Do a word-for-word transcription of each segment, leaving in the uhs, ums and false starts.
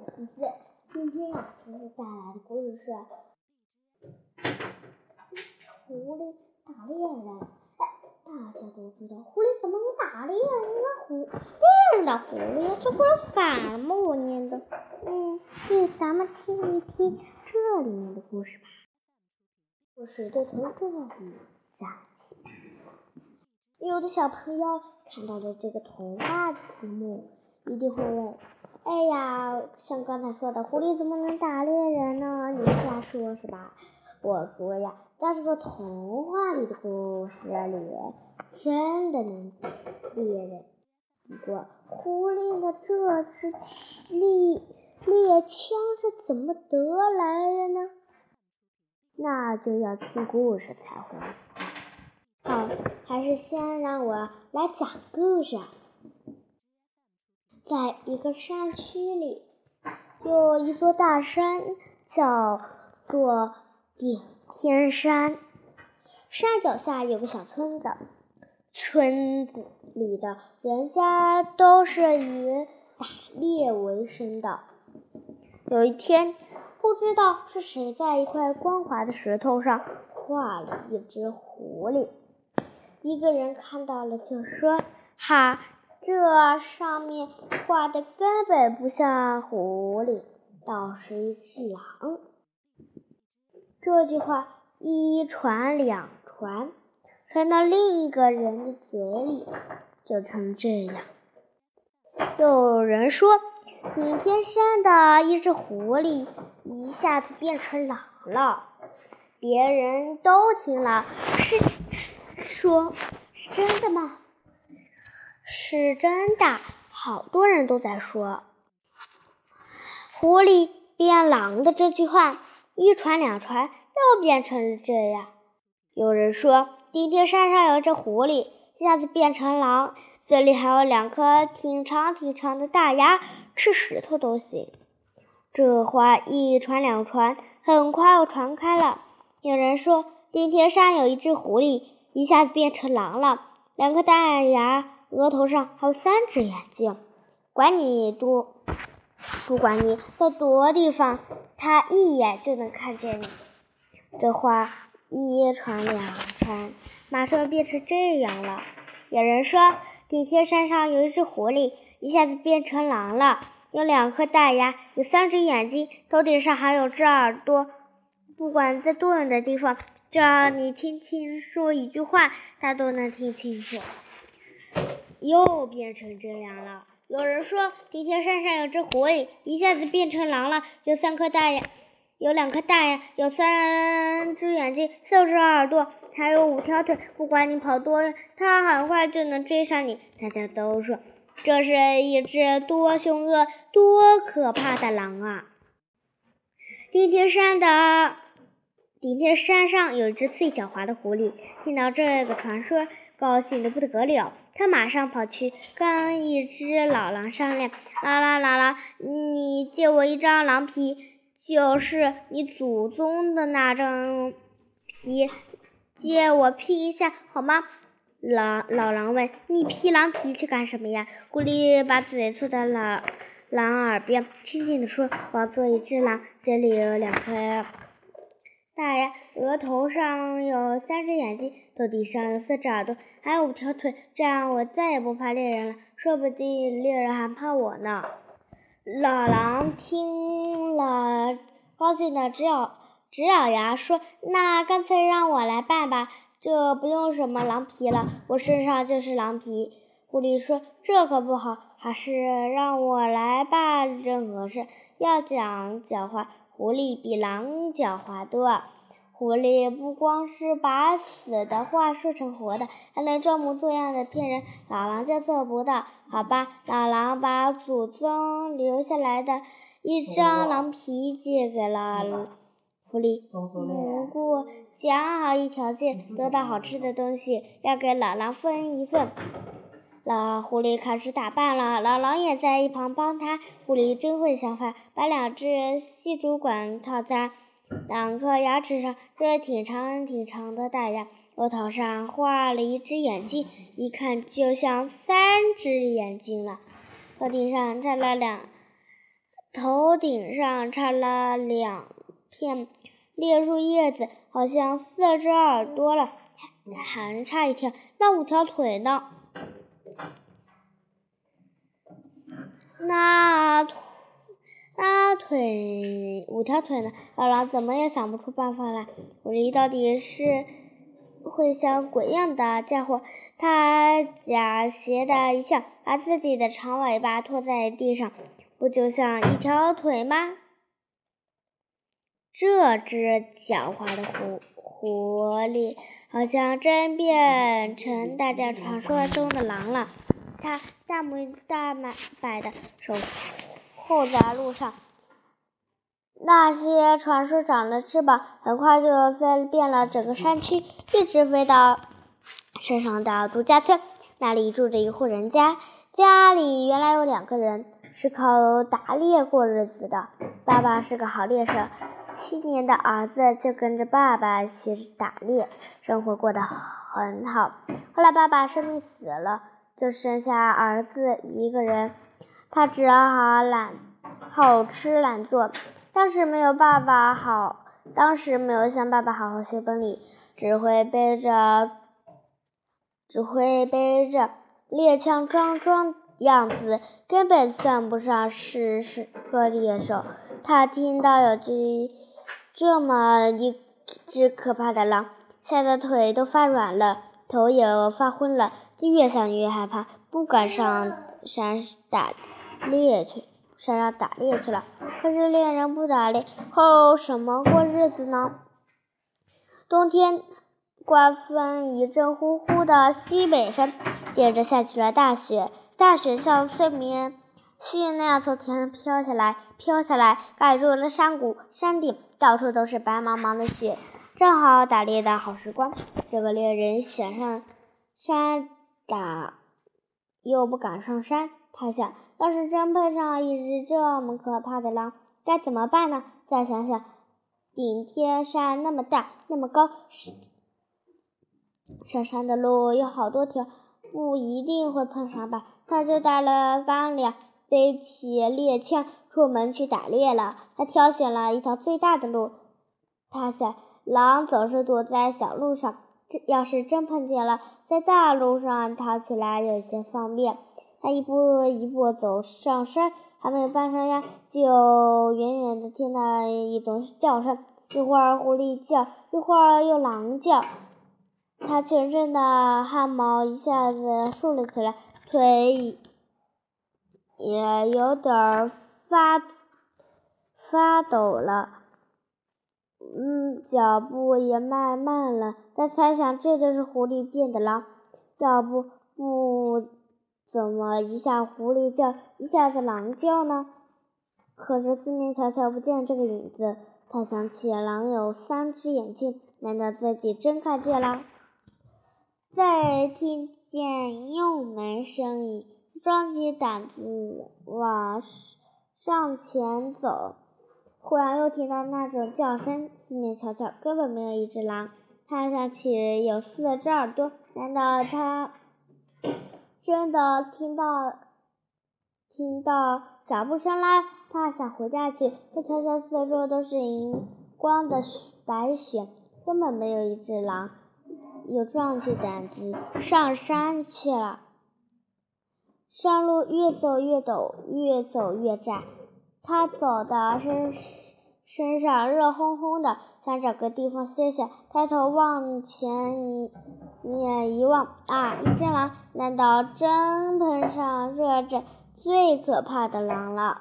思思。今天呀，思思带来的故事是狐狸打猎人。哎，大家都知道狐狸怎么能打猎人呢？狐猎人的狐狸，这不是反了吗？我念的，嗯，所以咱们听一听这里面的故事吧。故事就从这里讲起吧。有的小朋友看到了这个童话的题目，一定会问：哎呀，像刚才说的，狐狸怎么能打猎人呢？你瞎说是吧？我说呀，在这个童话里的故事里，真的能猎人。不过，狐狸的这支猎猎枪是怎么得来的呢？那就要听故事才会。好，还是先让我来讲故事。在一个山区里，有一座大山，叫做顶天山。山脚下有个小村子，村子里的人家都是以打猎为生的。有一天，不知道是谁在一块光滑的石头上画了一只狐狸。一个人看到了就说：哈，这上面画的根本不像狐狸，倒是一只狼。这句话一传两传，传到另一个人的嘴里，就成这样。有人说，顶天山的一只狐狸一下子变成狼了。别人都听了，是说是真的吗？是真的，好多人都在说。狐狸变狼的这句话一传两传，又变成了这样。有人说，顶天山上有只狐狸，一下子变成狼，嘴里还有两颗挺长挺长的大牙，吃石头都行。这话一传两传，很快又传开了。有人说，顶天山有一只狐狸，一下子变成狼了，两颗大牙，额头上还有三只眼睛。管你多，不管你在多地方，它一眼就能看见你。这话一传两传，马上变成这样了。有人说，顶天山上有一只狐狸，一下子变成狼了，有两颗大牙，有三只眼睛，头顶上还有只耳朵。不管在多远的地方，只要你轻轻说一句话，它都能听清楚。又变成这样了。有人说，顶天山上有只狐狸，一下子变成狼了，有三颗大牙，有两颗大牙，有三只眼睛，四只耳朵，还有五条腿。不管你跑多远，它很快就能追上你。大家都说，这是一只多凶恶、多可怕的狼啊！顶天山的顶天山上有一只最狡猾的狐狸，听到这个传说，高兴得不得了。他马上跑去跟一只老狼商量：老狼，老狼，你借我一张狼皮，就是你祖宗的那张皮，借我披一下好吗？老老狼问：你披狼皮去干什么呀？狐狸把嘴凑到老狼耳边，轻轻地说：我要做一只狼，嘴里有两颗大牙，额头上有三只眼睛，头顶上有四只耳朵，还有五条腿，这样我再也不怕猎人了，说不定猎人还怕我呢。老狼听了，高兴的直咬直咬牙说：那干脆让我来办吧，这不用什么狼皮了，我身上就是狼皮。狐狸说：这可不好，还是让我来办正合适。要讲狡猾，狐狸比狼狡猾多。狐狸不光是把死的话说成活的，还能装模作样的骗人，老狼就做不到。好吧，老狼把祖宗留下来的一张狼皮借给了狐狸。不过讲好一条件，得到好吃的东西，要给老狼分一份。老狐狸开始打扮了，老狼也在一旁帮他。狐狸真会想法，把两只细竹管套在两颗牙齿上，这是挺长挺长的大牙，额头上画了一只眼睛，一看就像三只眼睛了。头顶上插了两头顶上插了两片烈树叶子，好像四只耳朵了。还差一条，那五条腿呢？那那腿五条腿呢？老狼怎么也想不出办法来。狐狸到底是会像鬼样的家伙，他假邪的一笑，把自己的长尾巴拖在地上，不就像一条腿吗？这只狡猾的狐狐狸好像真变成大家传说中的狼了。它大摇大摆地守候在路上，那些传说长了翅膀，很快就飞遍了整个山区，一直飞到山上的度假村。那里住着一户人家，家里原来有两个人，是靠打猎过日子的。爸爸是个好猎手，七年的儿子就跟着爸爸学打猎，生活过得很好。后来爸爸生病死了，就剩下儿子一个人，他只好懒好吃懒做。当时没有爸爸好，当时没有像爸爸好好学本领，只会背着只会背着猎枪装装样子，根本算不上是是个猎手。他听到有只这么一只可怕的狼，吓得腿都发软了，头也发昏了，就越想越害怕，不敢上山打猎去山上打猎去了。可是猎人不打猎，靠什么过日子呢？冬天，刮风一阵呼呼的西北风，接着下起了大雪，大雪像碎棉絮那样从天上飘下来，飘下来，盖住了山谷、山顶，到处都是白茫茫的雪，正好打猎的好时光。这个猎人想上山打，又不敢上山。他想，要是真碰上一只这么可怕的狼，该怎么办呢？再想想，顶天山那么大，那么高，上山的路有好多条，不一定会碰上吧。他就带了干粮，背起猎枪，出门去打猎了。他挑选了一条最大的路。他想，狼总是躲在小路上，要是真碰见了，在大路上逃起来有些方便。他一步一步走上山，还没有搬上山，就远远地听到一种叫声，一会儿狐狸叫，一会儿又狼叫。他全身的汗毛一下子竖了起来，腿也有点发发抖了，嗯，脚步也慢慢了。他猜想这就是狐狸变的狼，要不不怎么一下狐狸叫，一下子狼叫呢？可是四面瞧瞧不见这个影子，他想起狼有三只眼睛，难道自己真看见了？再听见右门声音，壮起胆子往上前走，忽然又听到那种叫声，四面瞧瞧，根本没有一只狼。他想起有四只耳朵，难道他真的听到听到脚步声来？他想回家去，可瞧瞧四周都是荧光的白雪，根本没有一只狼。又壮起胆子上山去了。山路越走越陡，越走越窄，他走的身身上热烘烘的，想找个地方歇歇。抬头往前一面一望，啊，一只狼！难道真碰上这只最可怕的狼了？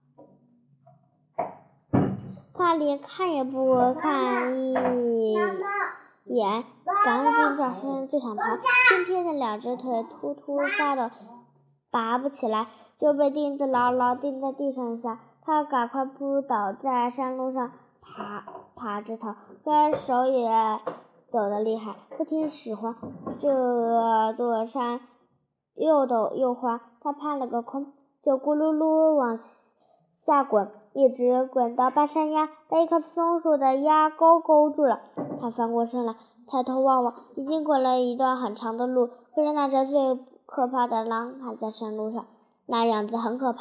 他连看也不看一眼，赶紧转身就想逃，偏偏的两只腿突突发抖，拔不起来，就被钉子牢牢钉在地上下。他赶快扑倒在山路上，爬爬着逃，可手也抖得厉害，不听使唤。这座山又陡又滑，他攀了个空，就咕噜噜往下滚，一直滚到半山腰，被一棵松树的丫钩勾住了。他翻过身来，抬头望望，已经滚了一段很长的路，可是那只最可怕的狼还在山路上，那样子很可怕，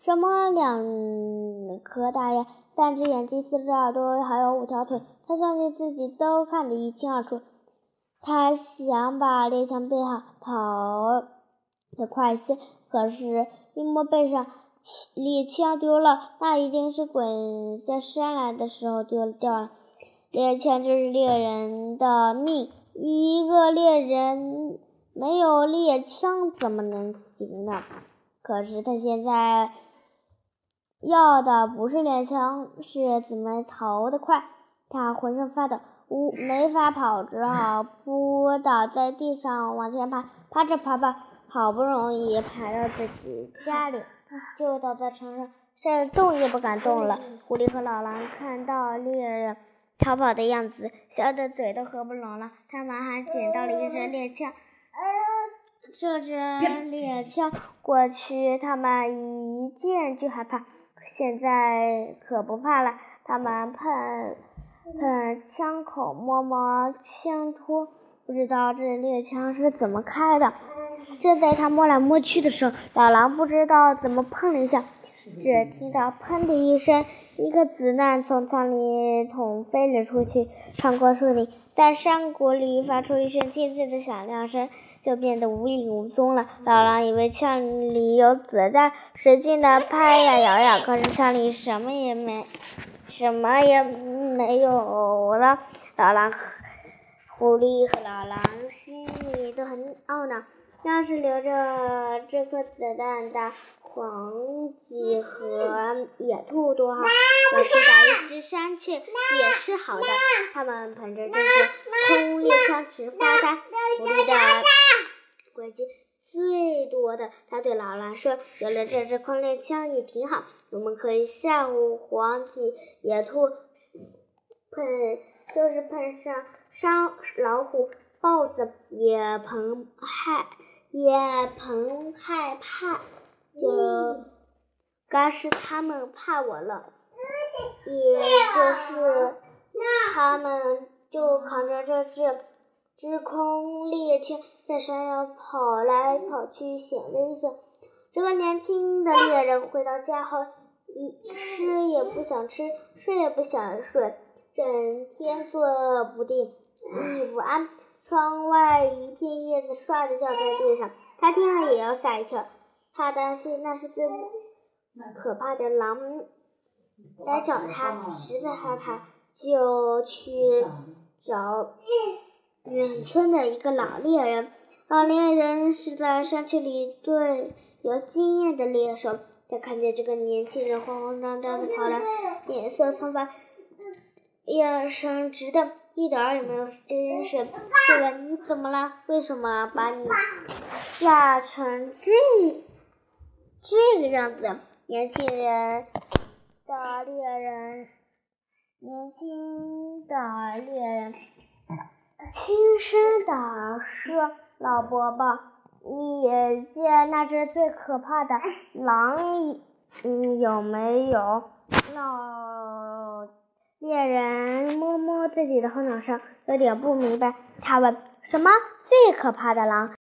什么两颗大牙、三只眼睛、四只耳朵，还有五条腿，他相信自己都看得一清二楚。他想把猎枪背好，跑得快些，可是一摸背上猎枪丢了，那一定是滚下山来的时候丢掉了。猎枪就是猎人的命，一个猎人没有猎枪怎么能行呢？可是他现在要的不是猎枪，是怎么逃得快。他浑身发抖，无没法跑，只好扑倒在地上往前爬，爬着爬吧，好不容易爬到自己家里，就倒在床上，晒得动也不敢动了。狐狸和老狼看到猎人逃跑的样子，笑得嘴都合不拢了。他们还捡到了一支猎枪，这支猎枪过去他们一见就害怕，现在可不怕了。他们碰碰枪口，摸摸枪托，不知道这猎枪是怎么开的。正在他摸来摸去的时候，老狼不知道怎么碰了一下，只听到砰的一声，一颗子弹从枪里捅飞了出去，穿过树林，在山谷里发出一声清脆的响亮声，就变得无影无踪了。老狼以为枪里有子弹，使劲地拍呀摇呀，可是枪里什么也没什么也没有了。老狼、狐狸和老狼心里都很懊恼，要是留着这颗子弹的黄麂和野兔多好，要是打一只山雀也是好的。他们捧着这支空猎枪直发呆。狐狸的诡计最多的，他对老狼说，有了这支空猎枪也挺好，我们可以吓唬黄麂、野兔，碰就是碰上山老虎、豹子也甭害也甭害怕，就该是他们怕我了，也就是他们就扛着这支支空猎枪在山上跑来跑去，显危险。这个年轻的猎人回到家后，一吃也不想吃，睡也不想睡，整天坐不定，意不安。窗外一片叶子唰地掉在地上，他听了也要吓一跳。他担心那是最可怕的狼来找他，实在害怕，就去找远村的一个老猎人。老猎人是在山区里最有经验的猎手，他看见这个年轻人慌慌张张地跑来，脸色苍白，眼神直瞪，一点儿也没有精神。这个你怎么了？为什么把你吓成这这个样子？年轻人的猎人，年轻的猎人轻声地说：“老伯伯，你也见那只最可怕的狼，嗯，有没有？”老猎人摸摸自己的后脑勺，有点不明白。他问：“什么最可怕的狼？”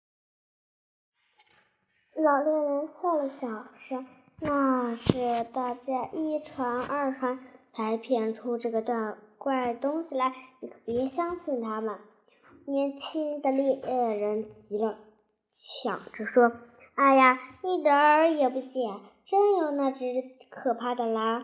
老猎人笑了笑，说：“那是大家一传二传，才骗出这个怪怪东西来，你可别相信他们。”年轻的猎人急了，抢着说：“哎呀，一点儿也不假，真有那只可怕的狼！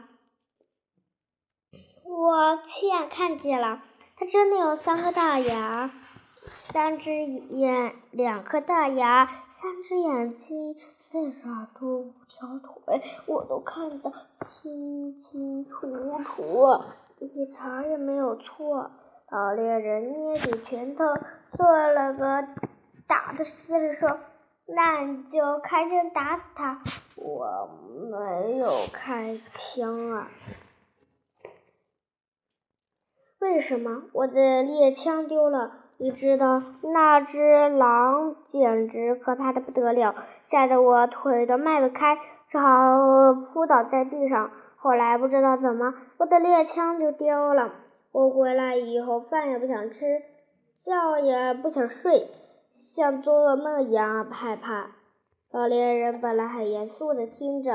我亲眼看见了，它真的有三个大牙，三只眼，两颗大牙，三只眼睛，四只耳朵，五条腿，我都看得清清楚楚，一点儿也没有错。”老猎人捏紧拳头，做了个打的姿势，说：“那你就开枪打死他。”“我没有开枪啊。”“为什么？我的猎枪丢了。你知道，那只狼简直可怕的不得了，吓得我腿都迈不开，只好扑倒在地上。后来不知道怎么，我的猎枪就丢了。我回来以后，饭也不想吃，觉也不想睡，像做噩梦一样害怕。”老猎人本来很严肃地听着，听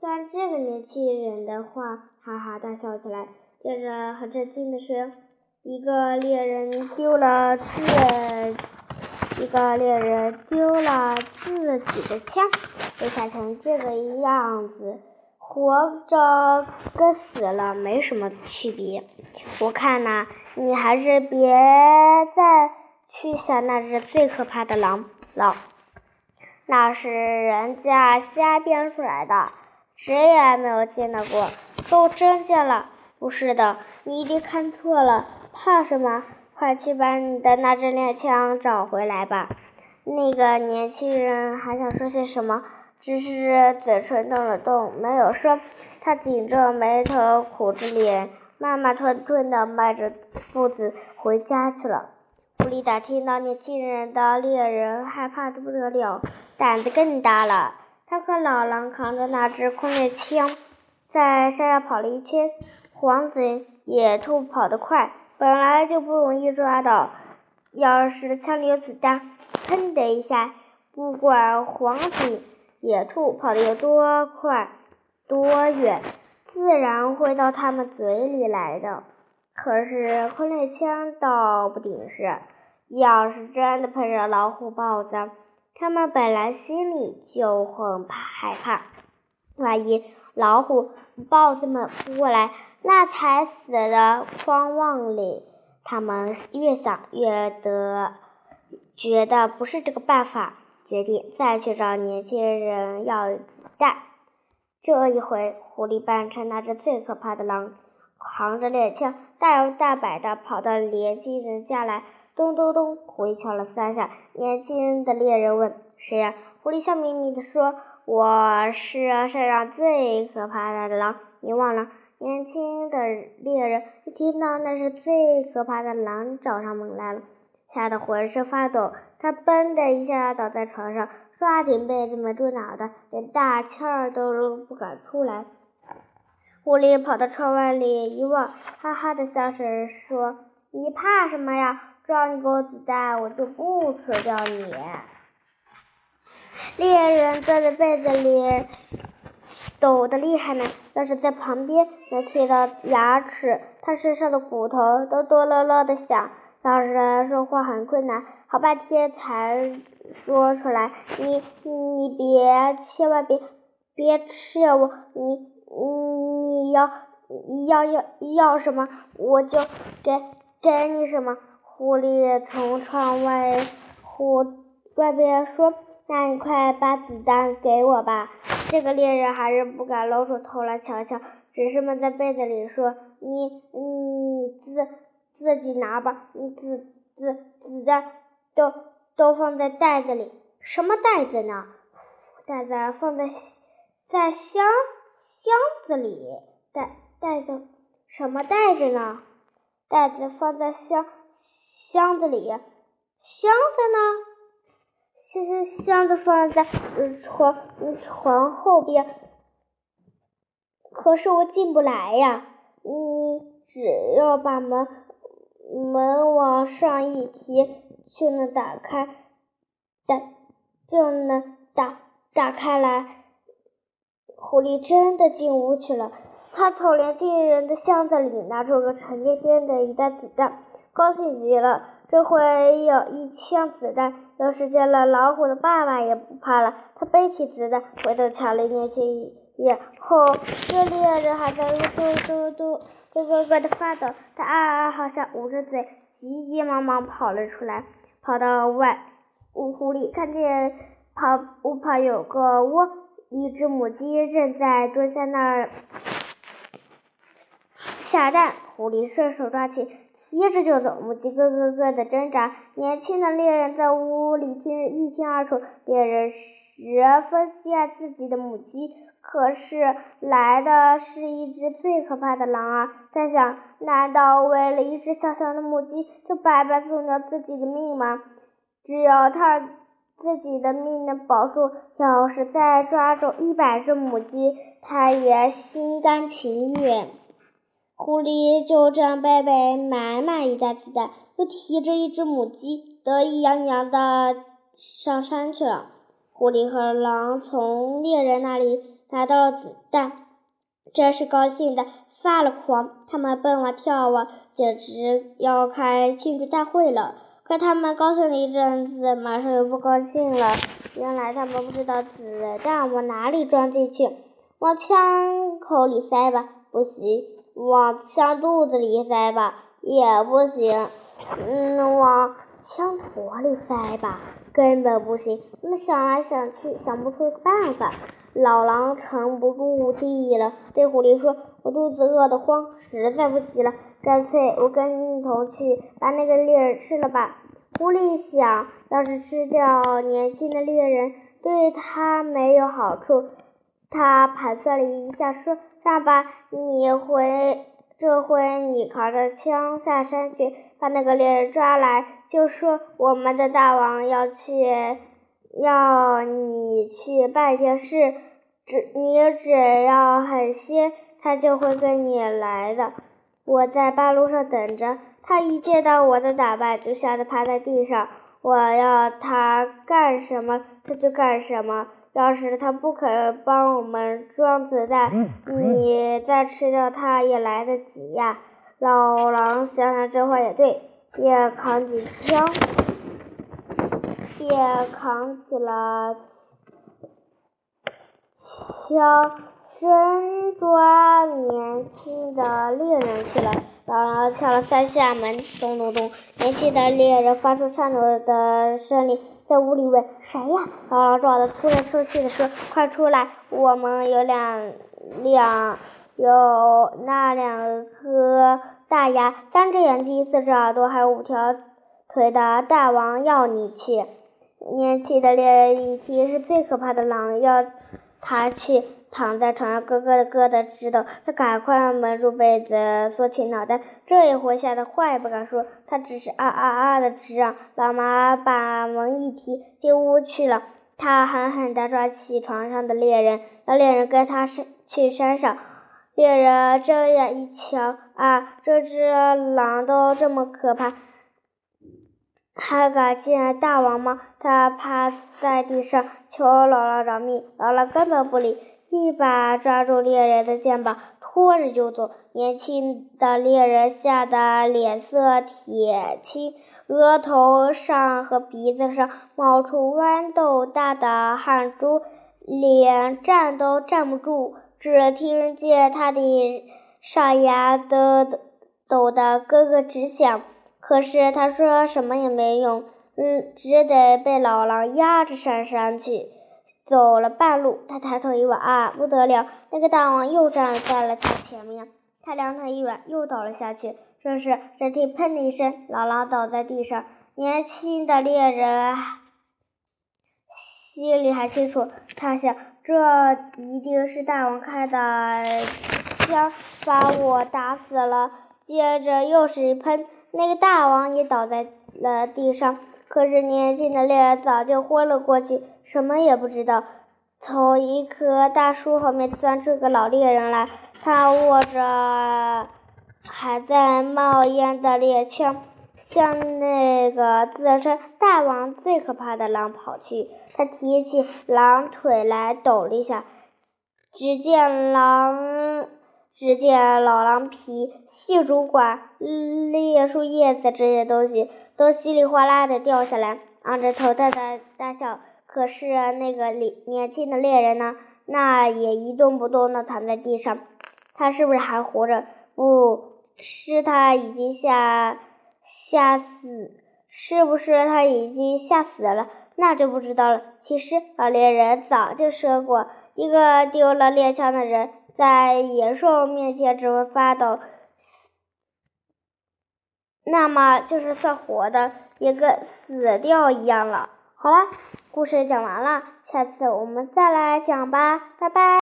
但这个年轻人的话哈哈大笑起来。接着很震惊的是，一个猎人丢了自一个猎人丢了自己的枪，被吓成这个样子，活着跟死了没什么区别。我看呐、啊，你还是别再去想那只最可怕的狼了，那是人家瞎编出来的，谁也没有见到过。都真见了？不是的，你一定看错了。怕什么？快去把你的那支猎枪找回来吧。那个年轻人还想说些什么，只是嘴唇动了动，没有说。他紧着眉头，苦着脸，慢慢吞吞地迈着步子回家去了。狐狸打听到年轻人的猎人害怕得不得了，胆子更大了。他和老狼扛着那支空猎枪，在山上跑了一圈。黄嘴野兔跑得快，本来就不容易抓到，要是枪里有子弹，砰的一下，不管黄嘴野兔跑得有多快多远，自然会到他们嘴里来的。可是空猎枪倒不顶事，要是真的碰上老虎豹子，他们本来心里就很害怕，万一老虎豹子们扑过来，那才死的慌忘里。他们越想越得觉得不是这个办法，决定再去找年轻人要子弹。这一回，狐狸扮成那只最可怕的狼，扛着猎枪，大摇大摆地跑到年轻人家来。咚咚咚，狐狸敲了三下。年轻的猎人问：“谁呀？”狐狸笑眯眯地说：“我是世上最可怕的狼，你忘了？”年轻的猎人一听到那是最可怕的狼找上门来了，吓得浑身发抖。他嘣的一下倒在床上，抓紧被子蒙住脑袋，连大气儿都不敢出来。狐狸跑到窗外里一望，哈哈的笑声说：“你怕什么呀？只要你给我子弹，我就不吃掉你。”猎人坐在被子里抖得厉害呢，要是在旁边能贴到牙齿，他身上的骨头都哆啰啰的响。要是说话很困难，好半天才说出来。你你别，千万别别吃我！你你要要要要什么，我就给给你什么。狐狸从窗外户外边说：“那你快把子弹给我吧。”这个猎人还是不敢露出头来瞧瞧，只是闷在被子里说：“你你自自己拿吧，你子子子弹都都放在袋子里。”什么袋子呢？袋子放在在箱箱子里。袋袋子什么袋子呢？袋子放在箱箱子里。箱子呢？箱箱子放在床床后边，可是我进不来呀。你只要把门门往上一提，就能打开，打就能打打开来。狐狸真的进屋去了，他从年轻人的箱子里拿出个沉甸甸的一袋子弹，高兴极了。这回有一枪子弹，要是见了老虎的爸爸也不怕了。他背起子弹，回头瞧了年轻人后，这猎人还在嘟嘟嘟咯咯咯的发抖。他啊啊好像捂着嘴，急急忙忙跑了出来，跑到外屋。狐狸看见跑屋旁有个窝，一只母鸡正在蹲下那儿下蛋。狐狸顺手抓起，提着就走。母鸡咯咯咯的挣扎，年轻的猎人在屋里听得一清二楚。猎人十分稀爱自己的母鸡，可是来的是一只最可怕的狼啊！他想，难道为了一只小小的母鸡就白白送掉自己的命吗？只要他自己的命能保住，要是再抓住一百只母鸡，他也心甘情愿。狐狸就这样背背满满一袋子弹，又提着一只母鸡，得意洋洋地上山去了。狐狸和狼从猎人那里拿到了子弹，真是高兴的发了狂。他们蹦啊跳啊，简直要开庆祝大会了。可他们高兴了一阵子，马上又不高兴了。原来他们不知道子弹往哪里装进去。往枪口里塞吧，不行；往枪肚子里塞吧，也不行。嗯，往枪托里塞吧，根本不行。他们想来想去，想不出个办法。老狼沉不住气了，对狐狸说：“我肚子饿得慌，实在不急了，干脆我跟你同去把那个猎人吃了吧。”狐狸想，要是吃掉年轻的猎人，对他没有好处。他盘算了一下，说：“上吧，你回，这回你扛着枪下山去，把那个猎人抓来，就说我们的大王要去。”要你去办件事，只你只要狠些，他就会跟你来的。我在半路上等着，他一见到我的打扮，就吓得趴在地上。我要他干什么，他就干什么。要是他不肯帮我们装子弹，你再吃掉他也来得及呀。老狼想想这话也对，也扛起枪。也扛起了枪，真抓年轻的猎人去了。老狼敲了三下门，咚咚咚，年轻的猎人发出颤抖的声音，在屋里问：“谁呀？”老狼撞得突然生气地说：“快出来！我们有两两有那两颗大牙、三只眼睛、四只耳朵，还有五条腿的大王要你去。”年轻的猎人一听是最可怕的狼，要他去，躺在床上咯咯咯的直抖。他赶快蒙住被子，缩起脑袋。这一回吓得话也不敢说，他只是啊啊啊的直嚷。老马把门一踢，进屋去了。他狠狠地抓起床上的猎人，让猎人跟他去山上。猎人睁眼一瞧，啊，这只狼都这么可怕，还敢见大王吗？他趴在地上求老狼饶命，老狼根本不理，一把抓住猎人的肩膀，拖着就走。年轻的猎人吓得脸色铁青，额头上和鼻子上冒出豌豆大的汗珠，连站都站不住，只听见他的上牙都抖得咯咯直响。可是他说什么也没用，嗯，只得被老狼压着上山去。走了半路，他抬头一望，啊，不得了！那个大王又站在了他前面。他两腿一软，又倒了下去。这时，只听砰的一声，老狼倒在地上。年轻的猎人心里还清楚，他想，这一定是大王开的枪把我打死了。接着又是一喷。那个大王也倒在了地上，可是年轻的猎人早就昏了过去，什么也不知道。从一棵大树后面钻出个老猎人来，他握着还在冒烟的猎枪，向那个自称大王最可怕的狼跑去。他提起狼腿来抖了一下，只见狼只见老狼皮、细竹管、猎树叶子这些东西都稀里哗啦的掉下来，昂着头在大大笑。可是那个年轻的猎人呢，那也一动不动的躺在地上。他是不是还活着？不是，他已经吓吓死。是不是他已经吓死了？那就不知道了。其实老猎人早就说过，一个丢了猎枪的人在野兽面前只会发抖，那么就是算活的也跟死掉一样了。好了，故事讲完了，下次我们再来讲吧，拜拜。